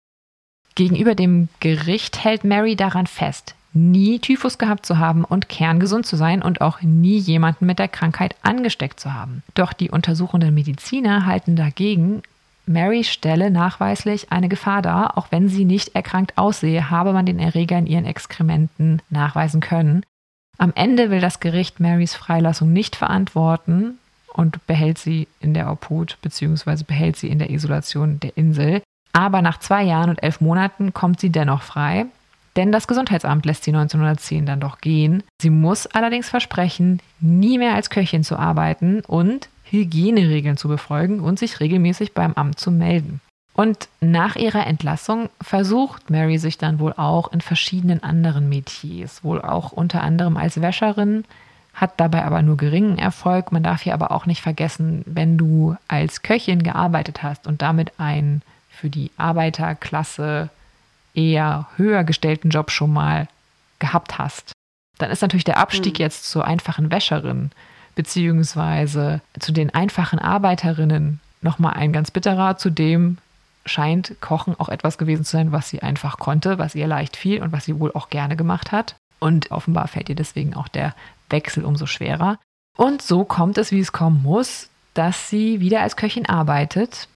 Gegenüber dem Gericht hält Mary daran fest, nie Typhus gehabt zu haben und kerngesund zu sein und auch nie jemanden mit der Krankheit angesteckt zu haben. Doch die untersuchenden Mediziner halten dagegen, Mary stelle nachweislich eine Gefahr dar, auch wenn sie nicht erkrankt aussehe, habe man den Erreger in ihren Exkrementen nachweisen können. Am Ende will das Gericht Marys Freilassung nicht verantworten und behält sie in der Obhut bzw. behält sie in der Isolation der Insel. Aber nach zwei Jahren und elf Monaten kommt sie dennoch frei, denn das Gesundheitsamt lässt sie neunzehnhundertzehn dann doch gehen. Sie muss allerdings versprechen, nie mehr als Köchin zu arbeiten und Hygieneregeln zu befolgen und sich regelmäßig beim Amt zu melden. Und nach ihrer Entlassung versucht Mary sich dann wohl auch in verschiedenen anderen Metiers, wohl auch unter anderem als Wäscherin, hat dabei aber nur geringen Erfolg. Man darf hier aber auch nicht vergessen, wenn du als Köchin gearbeitet hast und damit einen für die Arbeiterklasse eher höher gestellten Job schon mal gehabt hast, dann ist natürlich der Abstieg mhm. jetzt zur einfachen Wäscherin beziehungsweise zu den einfachen Arbeiterinnen nochmal ein ganz bitterer. Zudem scheint Kochen auch etwas gewesen zu sein, was sie einfach konnte, was ihr leicht fiel und was sie wohl auch gerne gemacht hat. Und offenbar fällt ihr deswegen auch der Wechsel umso schwerer. Und so kommt es, wie es kommen muss, dass sie wieder als Köchin arbeitet.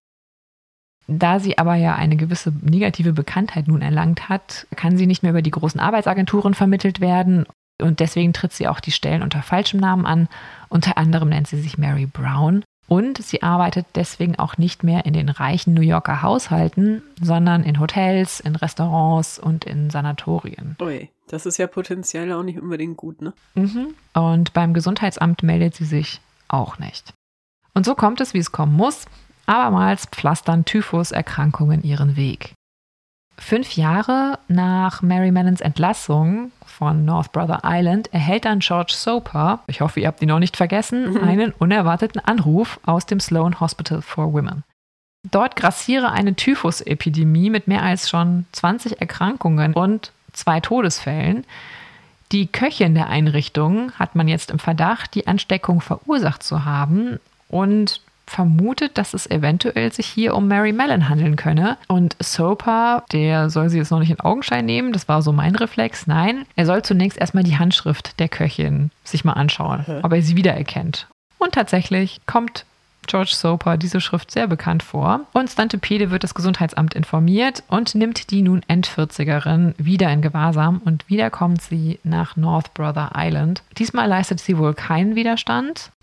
Da sie aber ja eine gewisse negative Bekanntheit nun erlangt hat, kann sie nicht mehr über die großen Arbeitsagenturen vermittelt werden. Und deswegen tritt sie auch die Stellen unter falschem Namen an. Unter anderem nennt sie sich Mary Brown. Und sie arbeitet deswegen auch nicht mehr in den reichen New Yorker Haushalten, sondern in Hotels, in Restaurants und in Sanatorien. Ui, das ist ja potenziell auch nicht unbedingt gut, ne? Mhm. Und beim Gesundheitsamt meldet sie sich auch nicht. Und so kommt es, wie es kommen muss. Abermals pflastern Typhus-Erkrankungen ihren Weg. Fünf Jahre nach Mary Mellons Entlassung von North Brother Island erhält dann George Soper, ich hoffe, ihr habt ihn noch nicht vergessen, mhm. einen unerwarteten Anruf aus dem Sloan Hospital for Women. Dort grassiere eine Typhus-Epidemie mit mehr als schon zwanzig Erkrankungen und zwei Todesfällen. Die Köchin der Einrichtung hat man jetzt im Verdacht, die Ansteckung verursacht zu haben und vermutet, dass es eventuell sich hier um Mary Mellon handeln könne. Und Soper, der soll sie jetzt noch nicht in Augenschein nehmen, das war so mein Reflex. Nein, er soll zunächst erstmal die Handschrift der Köchin sich mal anschauen, okay. ob er sie wiedererkennt. Und tatsächlich kommt George Soper diese Schrift sehr bekannt vor. Und Stantepede wird das Gesundheitsamt informiert und nimmt die nun Endvierzigerin wieder in Gewahrsam. Und wieder kommt sie nach North Brother Island. Diesmal leistet sie wohl keinen Widerstand.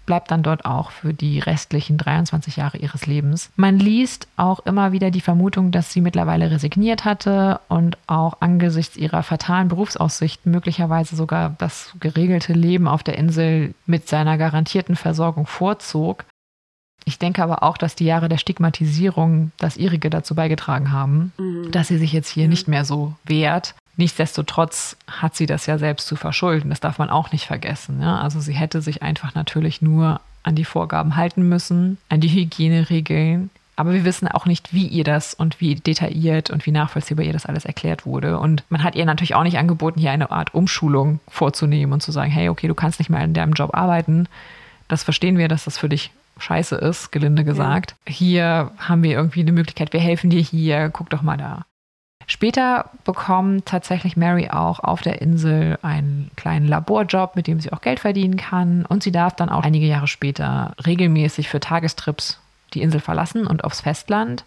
bleibt dann dort auch für die restlichen dreiundzwanzig Jahre ihres Lebens. Man liest auch immer wieder die Vermutung, dass sie mittlerweile resigniert hatte und auch angesichts ihrer fatalen Berufsaussichten möglicherweise sogar das geregelte Leben auf der Insel mit seiner garantierten Versorgung vorzog. Ich denke aber auch, dass die Jahre der Stigmatisierung das ihrige dazu beigetragen haben, mhm. dass sie sich jetzt hier mhm. nicht mehr so wehrt. Nichtsdestotrotz hat sie das ja selbst zu verschulden. Das darf man auch nicht vergessen. Ja? Also sie hätte sich einfach natürlich nur an die Vorgaben halten müssen, an die Hygieneregeln. Aber wir wissen auch nicht, wie ihr das und wie detailliert und wie nachvollziehbar ihr das alles erklärt wurde. Und man hat ihr natürlich auch nicht angeboten, hier eine Art Umschulung vorzunehmen und zu sagen, hey, okay, du kannst nicht mehr in deinem Job arbeiten. Das verstehen wir, dass das für dich scheiße ist, gelinde gesagt. Ja. Hier haben wir irgendwie eine Möglichkeit, wir helfen dir hier, guck doch mal da. Später bekommt tatsächlich Mary auch auf der Insel einen kleinen Laborjob, mit dem sie auch Geld verdienen kann. Und sie darf dann auch einige Jahre später regelmäßig für Tagestrips die Insel verlassen und aufs Festland,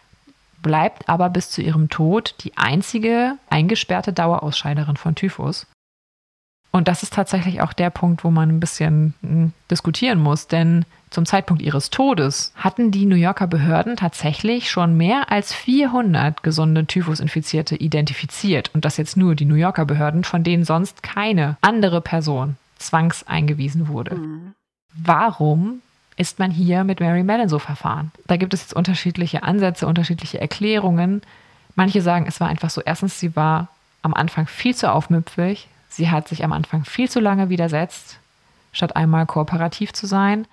bleibt aber bis zu ihrem Tod die einzige eingesperrte Dauerausscheiderin von Typhus. Und das ist tatsächlich auch der Punkt, wo man ein bisschen hm, diskutieren muss, denn zum Zeitpunkt ihres Todes hatten die New Yorker Behörden tatsächlich schon mehr als vierhundert gesunde Typhus-Infizierte identifiziert. Und das jetzt nur die New Yorker Behörden, von denen sonst keine andere Person zwangseingewiesen wurde. Mhm. Warum ist man hier mit Mary Mallon so verfahren? Da gibt es jetzt unterschiedliche Ansätze, unterschiedliche Erklärungen. Manche sagen, es war einfach so, erstens, sie war am Anfang viel zu aufmüpfig. Sie hat sich am Anfang viel zu lange widersetzt, statt einmal kooperativ zu sein.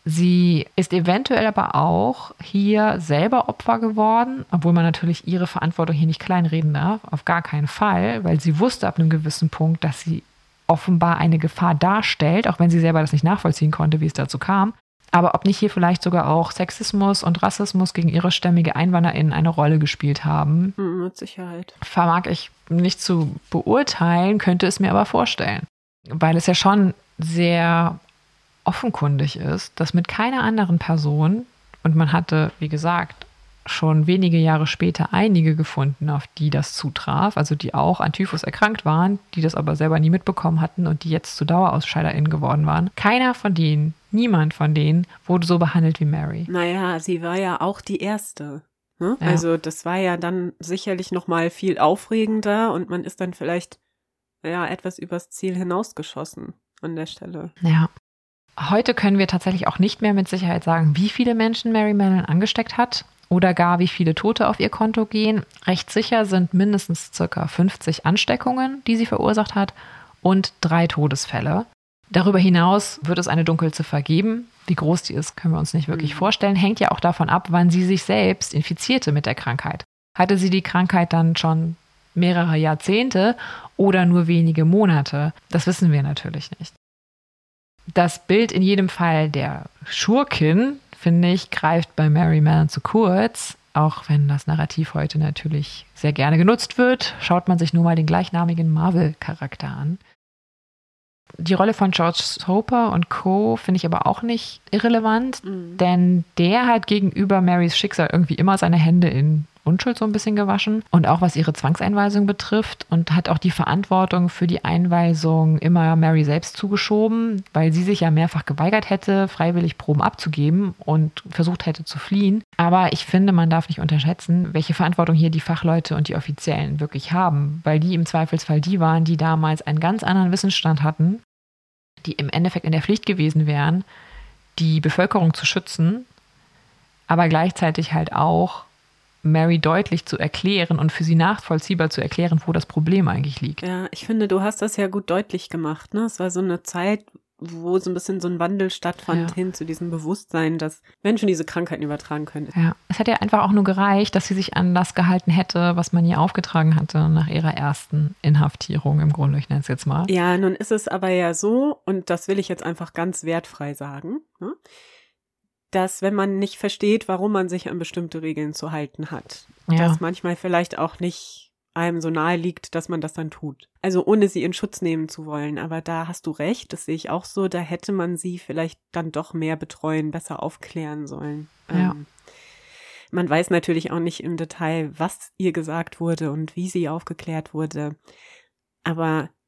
Sie ist eventuell aber auch hier selber Opfer geworden, obwohl man natürlich ihre Verantwortung hier nicht kleinreden darf, auf gar keinen Fall, weil sie wusste ab einem gewissen Punkt, dass sie offenbar eine Gefahr darstellt, auch wenn sie selber das nicht nachvollziehen konnte, wie es dazu kam. Aber ob nicht hier vielleicht sogar auch Sexismus und Rassismus gegen ihre stämmige EinwanderInnen eine Rolle gespielt haben. Mit Sicherheit. Vermag ich nicht zu beurteilen, könnte es mir aber vorstellen. Weil es ja schon sehr offenkundig ist, dass mit keiner anderen Person, und man hatte, wie gesagt, schon wenige Jahre später einige gefunden, auf die das zutraf, also die auch an Typhus erkrankt waren, die das aber selber nie mitbekommen hatten und die jetzt zu DauerausscheiderInnen geworden waren. Keiner von denen, niemand von denen wurde so behandelt wie Mary. Naja, sie war ja auch die Erste. Ne? Ja. Also das war ja dann sicherlich noch mal viel aufregender und man ist dann vielleicht ja etwas übers Ziel hinausgeschossen an der Stelle. Ja. Heute können wir tatsächlich auch nicht mehr mit Sicherheit sagen, wie viele Menschen Mary Mallon angesteckt hat oder gar wie viele Tote auf ihr Konto gehen. Recht sicher sind mindestens ca. fünfzig Ansteckungen, die sie verursacht hat, und drei Todesfälle. Darüber hinaus wird es eine Dunkelziffer geben. Wie groß die ist, können wir uns nicht wirklich mhm. vorstellen. Hängt ja auch davon ab, wann sie sich selbst infizierte mit der Krankheit. Hatte sie die Krankheit dann schon mehrere Jahrzehnte oder nur wenige Monate? Das wissen wir natürlich nicht. Das Bild in jedem Fall der Schurkin, finde ich, greift bei Mary Mallon zu kurz. Auch wenn das Narrativ heute natürlich sehr gerne genutzt wird, schaut man sich nur mal den gleichnamigen Marvel-Charakter an. Die Rolle von George Soper und Co. finde ich aber auch nicht irrelevant, mhm. denn der hat gegenüber Marys Schicksal irgendwie immer seine Hände in Unschuld so ein bisschen gewaschen und auch was ihre Zwangseinweisung betrifft und hat auch die Verantwortung für die Einweisung immer Mary selbst zugeschoben, weil sie sich ja mehrfach geweigert hätte, freiwillig Proben abzugeben und versucht hätte zu fliehen. Aber ich finde, man darf nicht unterschätzen, welche Verantwortung hier die Fachleute und die Offiziellen wirklich haben, weil die im Zweifelsfall die waren, die damals einen ganz anderen Wissensstand hatten, die im Endeffekt in der Pflicht gewesen wären, die Bevölkerung zu schützen, aber gleichzeitig halt auch Mary deutlich zu erklären und für sie nachvollziehbar zu erklären, wo das Problem eigentlich liegt. Ja, ich finde, du hast das ja gut deutlich gemacht. Ne? Es war so eine Zeit, wo so ein bisschen so ein Wandel stattfand, ja, hin zu diesem Bewusstsein, dass Menschen diese Krankheiten übertragen können. Ja, es hat ja einfach auch nur gereicht, dass sie sich an das gehalten hätte, was man ihr aufgetragen hatte nach ihrer ersten Inhaftierung im Grunde, ich nenne es jetzt mal. Ja, nun ist es aber ja so, und das will ich jetzt einfach ganz wertfrei sagen, ne? Dass wenn man nicht versteht, warum man sich an bestimmte Regeln zu halten hat, ja, dass manchmal vielleicht auch nicht einem so nahe liegt, dass man das dann tut. Also ohne sie in Schutz nehmen zu wollen. Aber da hast du recht, das sehe ich auch so, da hätte man sie vielleicht dann doch mehr betreuen, besser aufklären sollen. Ja. Ähm, man weiß natürlich auch nicht im Detail, was ihr gesagt wurde und wie sie aufgeklärt wurde. Aber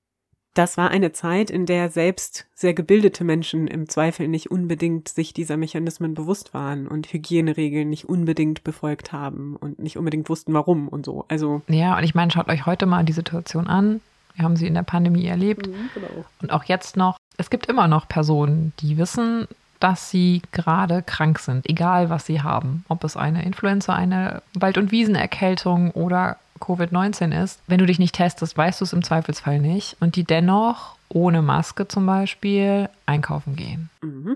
das war eine Zeit, in der selbst sehr gebildete Menschen im Zweifel nicht unbedingt sich dieser Mechanismen bewusst waren und Hygieneregeln nicht unbedingt befolgt haben und nicht unbedingt wussten, warum und so. Also ja, und ich meine, schaut euch heute mal die Situation an. Wir haben sie in der Pandemie erlebt. Mhm, genau. Und auch jetzt noch. Es gibt immer noch Personen, die wissen, dass sie gerade krank sind, egal was sie haben. Ob es eine Influenza, eine Wald- und Wiesenerkältung oder Covid neunzehn ist. Wenn du dich nicht testest, weißt du es im Zweifelsfall nicht. Und die dennoch ohne Maske zum Beispiel einkaufen gehen. Mhm.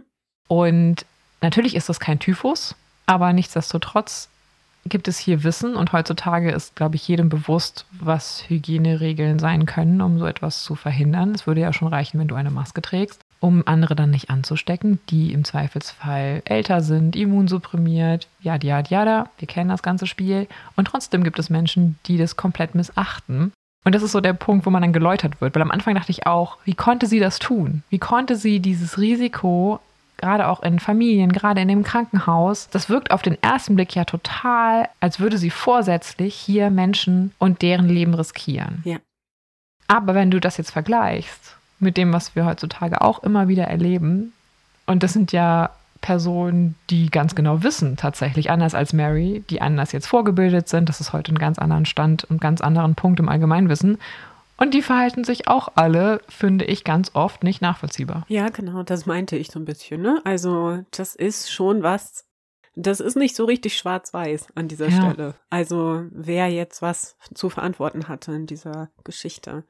Und natürlich ist das kein Typhus, aber nichtsdestotrotz gibt es hier Wissen. Und heutzutage ist, glaube ich, jedem bewusst, was Hygieneregeln sein können, um so etwas zu verhindern. Es würde ja schon reichen, wenn du eine Maske trägst, um andere dann nicht anzustecken, die im Zweifelsfall älter sind, immunsupprimiert, jada, jada, jada. Wir kennen das ganze Spiel. Und trotzdem gibt es Menschen, die das komplett missachten. Und das ist so der Punkt, wo man dann geläutert wird. Weil am Anfang dachte ich auch, wie konnte sie das tun? Wie konnte sie dieses Risiko, gerade auch in Familien, gerade in dem Krankenhaus, das wirkt auf den ersten Blick ja total, als würde sie vorsätzlich hier Menschen und deren Leben riskieren. Ja. Aber wenn du das jetzt vergleichst mit dem, was wir heutzutage auch immer wieder erleben. Und das sind ja Personen, die ganz genau wissen, tatsächlich anders als Mary, die anders jetzt vorgebildet sind. Das ist heute ein ganz anderen Stand und ganz anderen Punkt im Allgemeinwissen. Und die verhalten sich auch alle, finde ich, ganz oft nicht nachvollziehbar. Ja, genau, das meinte ich so ein bisschen, ne? Also das ist schon was, das ist nicht so richtig schwarz-weiß an dieser Ja. Stelle. Also wer jetzt was zu verantworten hatte in dieser Geschichte.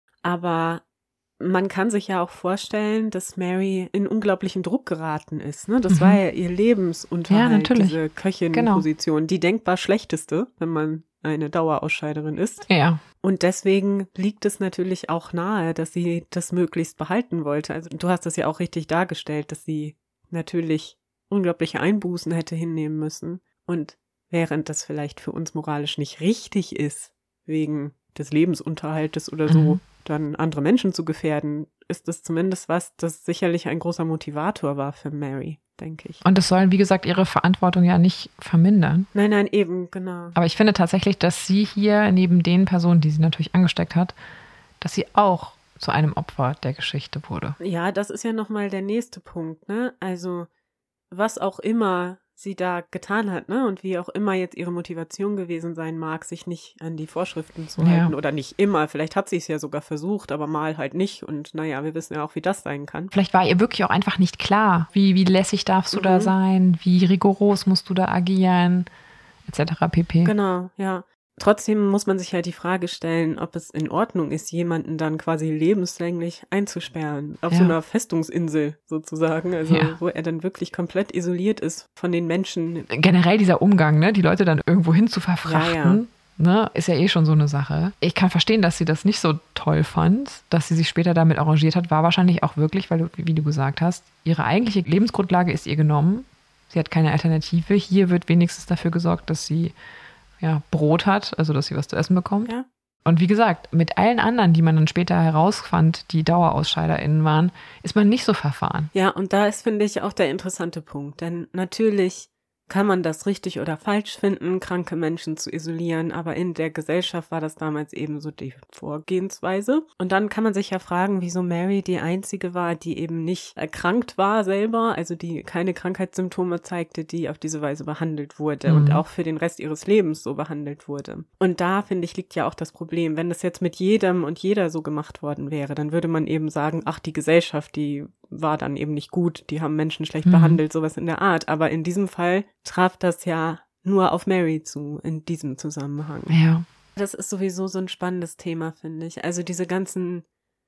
Aber man kann sich ja auch vorstellen, dass Mary in unglaublichen Druck geraten ist. Ne? Das Mhm. war ja ihr Lebensunterhalt, Ja, natürlich. diese Köchin-Position, die denkbar schlechteste, wenn man eine Dauerausscheiderin ist. Ja, Und deswegen liegt es natürlich auch nahe, dass sie das möglichst behalten wollte. Also du hast das ja auch richtig dargestellt, dass sie natürlich unglaubliche Einbußen hätte hinnehmen müssen. Und während das vielleicht für uns moralisch nicht richtig ist, wegen des Lebensunterhaltes oder so, Mhm. dann andere Menschen zu gefährden, ist das zumindest was, das sicherlich ein großer Motivator war für Mary, denke ich. und das soll, wie gesagt, ihre Verantwortung ja nicht vermindern. Nein, nein, eben, genau. Aber ich finde tatsächlich, dass sie hier neben den Personen, die sie natürlich angesteckt hat, dass sie auch zu einem Opfer der Geschichte wurde. Ja, das ist ja nochmal der nächste Punkt, ne? Also, was auch immer sie da getan hat, ne? Und wie auch immer jetzt ihre Motivation gewesen sein mag, sich nicht an die Vorschriften zu Ja. halten oder nicht immer. Vielleicht hat sie es ja sogar versucht, aber mal halt nicht. Und naja, wir wissen ja auch, wie das sein kann. Vielleicht war ihr wirklich auch einfach nicht klar, wie, wie lässig darfst du Mhm. da sein, wie rigoros musst du da agieren, et cetera pp. Genau, ja. Trotzdem muss man sich halt die Frage stellen, ob es in Ordnung ist, jemanden dann quasi lebenslänglich einzusperren. Auf Ja. so einer Festungsinsel sozusagen. Also Ja. wo er dann wirklich komplett isoliert ist von den Menschen. Generell dieser Umgang, ne, die Leute dann irgendwo hin zu verfrachten, Ja, ja. Ne, ist ja eh schon so eine Sache. Ich kann verstehen, dass sie das nicht so toll fand, dass sie sich später damit arrangiert hat, war wahrscheinlich auch wirklich, weil du, wie du gesagt hast, ihre eigentliche Lebensgrundlage ist ihr genommen. Sie hat keine Alternative. Hier wird wenigstens dafür gesorgt, dass sie ja, Brot hat, also dass sie was zu essen bekommt. Ja. Und wie gesagt, mit allen anderen, die man dann später herausfand, die DauerausscheiderInnen waren, ist man nicht so verfahren. Ja, und da ist, finde ich, auch der interessante Punkt. Denn natürlich kann man das richtig oder falsch finden, kranke Menschen zu isolieren, aber in der Gesellschaft war das damals eben so die Vorgehensweise. Und dann kann man sich ja fragen, wieso Mary die einzige war, die eben nicht erkrankt war selber, also die keine Krankheitssymptome zeigte, die auf diese Weise behandelt wurde Mhm. und auch für den Rest ihres Lebens so behandelt wurde. Und da, finde ich, liegt ja auch das Problem. Wenn das jetzt mit jedem und jeder so gemacht worden wäre, dann würde man eben sagen, ach, die Gesellschaft, die war dann eben nicht gut, die haben Menschen schlecht Mhm. behandelt, sowas in der Art. Aber in diesem Fall traf das ja nur auf Mary zu, in diesem Zusammenhang. Ja. Das ist sowieso so ein spannendes Thema, finde ich. Also diese ganzen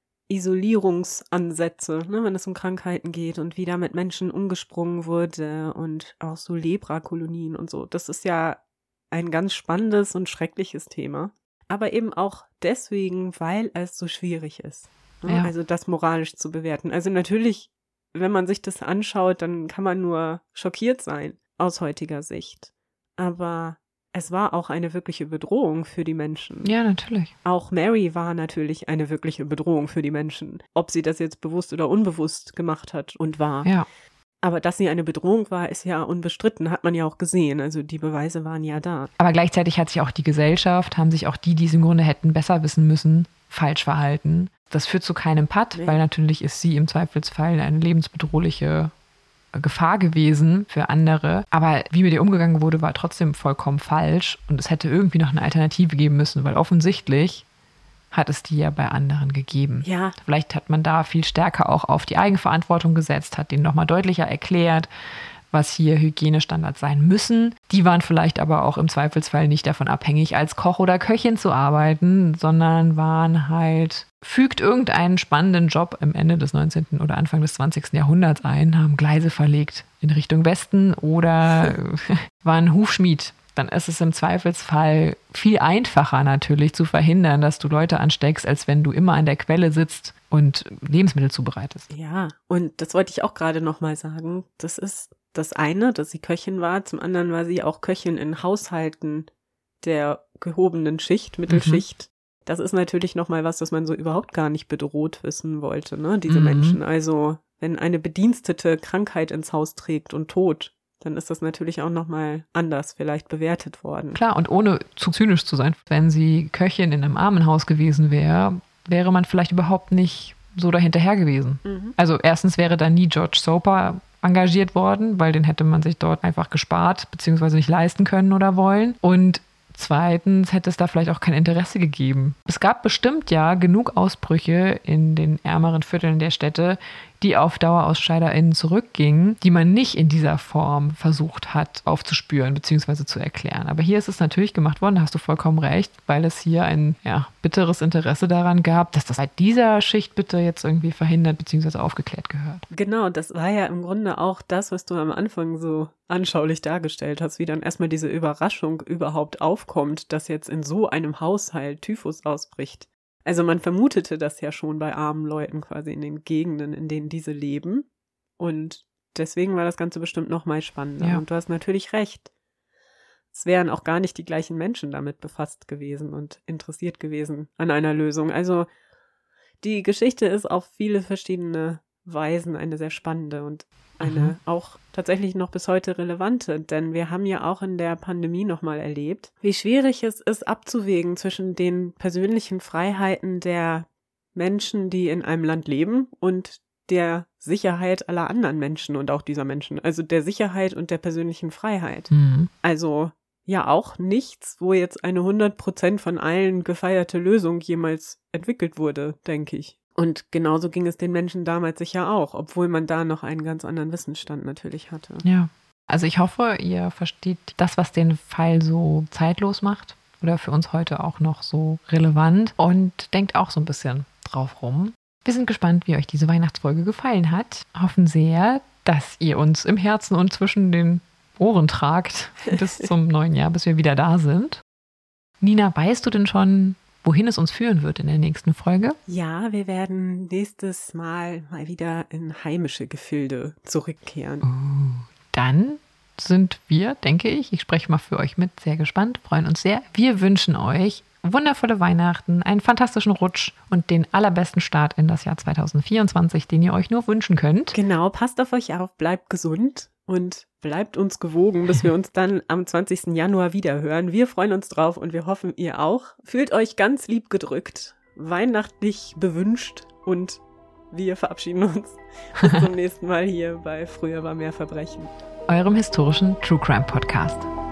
Isolierungsansätze, ne, wenn es um Krankheiten geht und wie da mit Menschen umgesprungen wurde und auch so Lebrakolonien und so. Das ist ja ein ganz spannendes und schreckliches Thema. Aber eben auch deswegen, weil es so schwierig ist. Ne? Ja. Also das moralisch zu bewerten. Also natürlich, wenn man sich das anschaut, dann kann man nur schockiert sein aus heutiger Sicht. Aber es war auch eine wirkliche Bedrohung für die Menschen. Ja, natürlich. Auch Mary war natürlich eine wirkliche Bedrohung für die Menschen. Ob sie das jetzt bewusst oder unbewusst gemacht hat und war. Ja. Aber dass sie eine Bedrohung war, ist ja unbestritten, hat man ja auch gesehen. Also die Beweise waren ja da. Aber gleichzeitig hat sich auch die Gesellschaft, haben sich auch die, die es im Grunde hätten besser wissen müssen, falsch verhalten. Das führt zu keinem Patt, nee. weil natürlich ist sie im Zweifelsfall eine lebensbedrohliche Gefahr gewesen für andere. Aber wie mit ihr umgegangen wurde, war trotzdem vollkommen falsch. Und es hätte irgendwie noch eine Alternative geben müssen, weil offensichtlich hat es die ja bei anderen gegeben. Ja. Vielleicht hat man da viel stärker auch auf die Eigenverantwortung gesetzt, hat denen nochmal deutlicher erklärt, was hier Hygienestandards sein müssen. Die waren vielleicht aber auch im Zweifelsfall nicht davon abhängig, als Koch oder Köchin zu arbeiten, sondern waren halt, fügt irgendeinen spannenden Job am Ende des neunzehnten oder Anfang des zwanzigsten Jahrhunderts ein, haben Gleise verlegt in Richtung Westen oder waren Hufschmied. Dann ist es im Zweifelsfall viel einfacher natürlich zu verhindern, dass du Leute ansteckst, als wenn du immer an der Quelle sitzt und Lebensmittel zubereitest. Ja, und das wollte ich auch gerade nochmal sagen. Das ist das eine, dass sie Köchin war. Zum anderen war sie auch Köchin in Haushalten der gehobenen Schicht, Mittelschicht. Mhm. Das ist natürlich nochmal was, das man so überhaupt gar nicht bedroht wissen wollte, ne? Diese mhm. Menschen. Also wenn eine Bedienstete Krankheit ins Haus trägt und Tod, dann ist das natürlich auch nochmal anders vielleicht bewertet worden. Klar, und ohne zu zynisch zu sein, wenn sie Köchin in einem Armenhaus gewesen wäre, wäre man vielleicht überhaupt nicht so dahinterher gewesen. Mhm. Also erstens wäre da nie George Soper engagiert worden, weil den hätte man sich dort einfach gespart, beziehungsweise nicht leisten können oder wollen. Und zweitens hätte es da vielleicht auch kein Interesse gegeben. Es gab bestimmt ja genug Ausbrüche in den ärmeren Vierteln der Städte, die auf DauerausscheiderInnen zurückgingen, die man nicht in dieser Form versucht hat aufzuspüren bzw. zu erklären. Aber hier ist es natürlich gemacht worden, da hast du vollkommen recht, weil es hier ein ja, bitteres Interesse daran gab, dass das bei dieser Schicht bitte jetzt irgendwie verhindert bzw. aufgeklärt gehört. Genau, das war ja im Grunde auch das, was du am Anfang so anschaulich dargestellt hast, wie dann erstmal diese Überraschung überhaupt aufkommt, dass jetzt in so einem Haushalt Typhus ausbricht. Also man vermutete das ja schon bei armen Leuten quasi in den Gegenden, in denen diese leben. Und deswegen war das Ganze bestimmt noch mal spannender. Ja. Und du hast natürlich recht. Es wären auch gar nicht die gleichen Menschen damit befasst gewesen und interessiert gewesen an einer Lösung. Also die Geschichte ist auf viele verschiedene Weisen eine sehr spannende und eine mhm. auch tatsächlich noch bis heute relevante, denn wir haben ja auch in der Pandemie nochmal erlebt, wie schwierig es ist abzuwägen zwischen den persönlichen Freiheiten der Menschen, die in einem Land leben und der Sicherheit aller anderen Menschen und auch dieser Menschen, also der Sicherheit und der persönlichen Freiheit. Mhm. Also ja auch nichts, wo jetzt eine hundert Prozent von allen gefeierte Lösung jemals entwickelt wurde, denke ich. Und genauso ging es den Menschen damals sicher auch, obwohl man da noch einen ganz anderen Wissensstand natürlich hatte. Ja, also ich hoffe, ihr versteht das, was den Fall so zeitlos macht oder für uns heute auch noch so relevant und denkt auch so ein bisschen drauf rum. Wir sind gespannt, wie euch diese Weihnachtsfolge gefallen hat. Hoffen sehr, dass ihr uns im Herzen und zwischen den Ohren tragt bis zum neuen Jahr, bis wir wieder da sind. Nina, weißt du denn schon, wohin es uns führen wird in der nächsten Folge? Ja, wir werden nächstes Mal mal wieder in heimische Gefilde zurückkehren. Uh, dann sind wir, denke ich, ich spreche mal für euch mit, sehr gespannt, freuen uns sehr. Wir wünschen euch wundervolle Weihnachten, einen fantastischen Rutsch und den allerbesten Start in das Jahr zwanzig vierundzwanzig, den ihr euch nur wünschen könnt. Genau, passt auf euch auf, bleibt gesund und bleibt uns gewogen, bis wir uns dann am zwanzigsten Januar wieder hören. Wir freuen uns drauf und wir hoffen, ihr auch. Fühlt euch ganz lieb gedrückt, weihnachtlich bewünscht und wir verabschieden uns. Bis zum nächsten Mal hier bei Früher war mehr Verbrechen. Eurem historischen True Crime Podcast.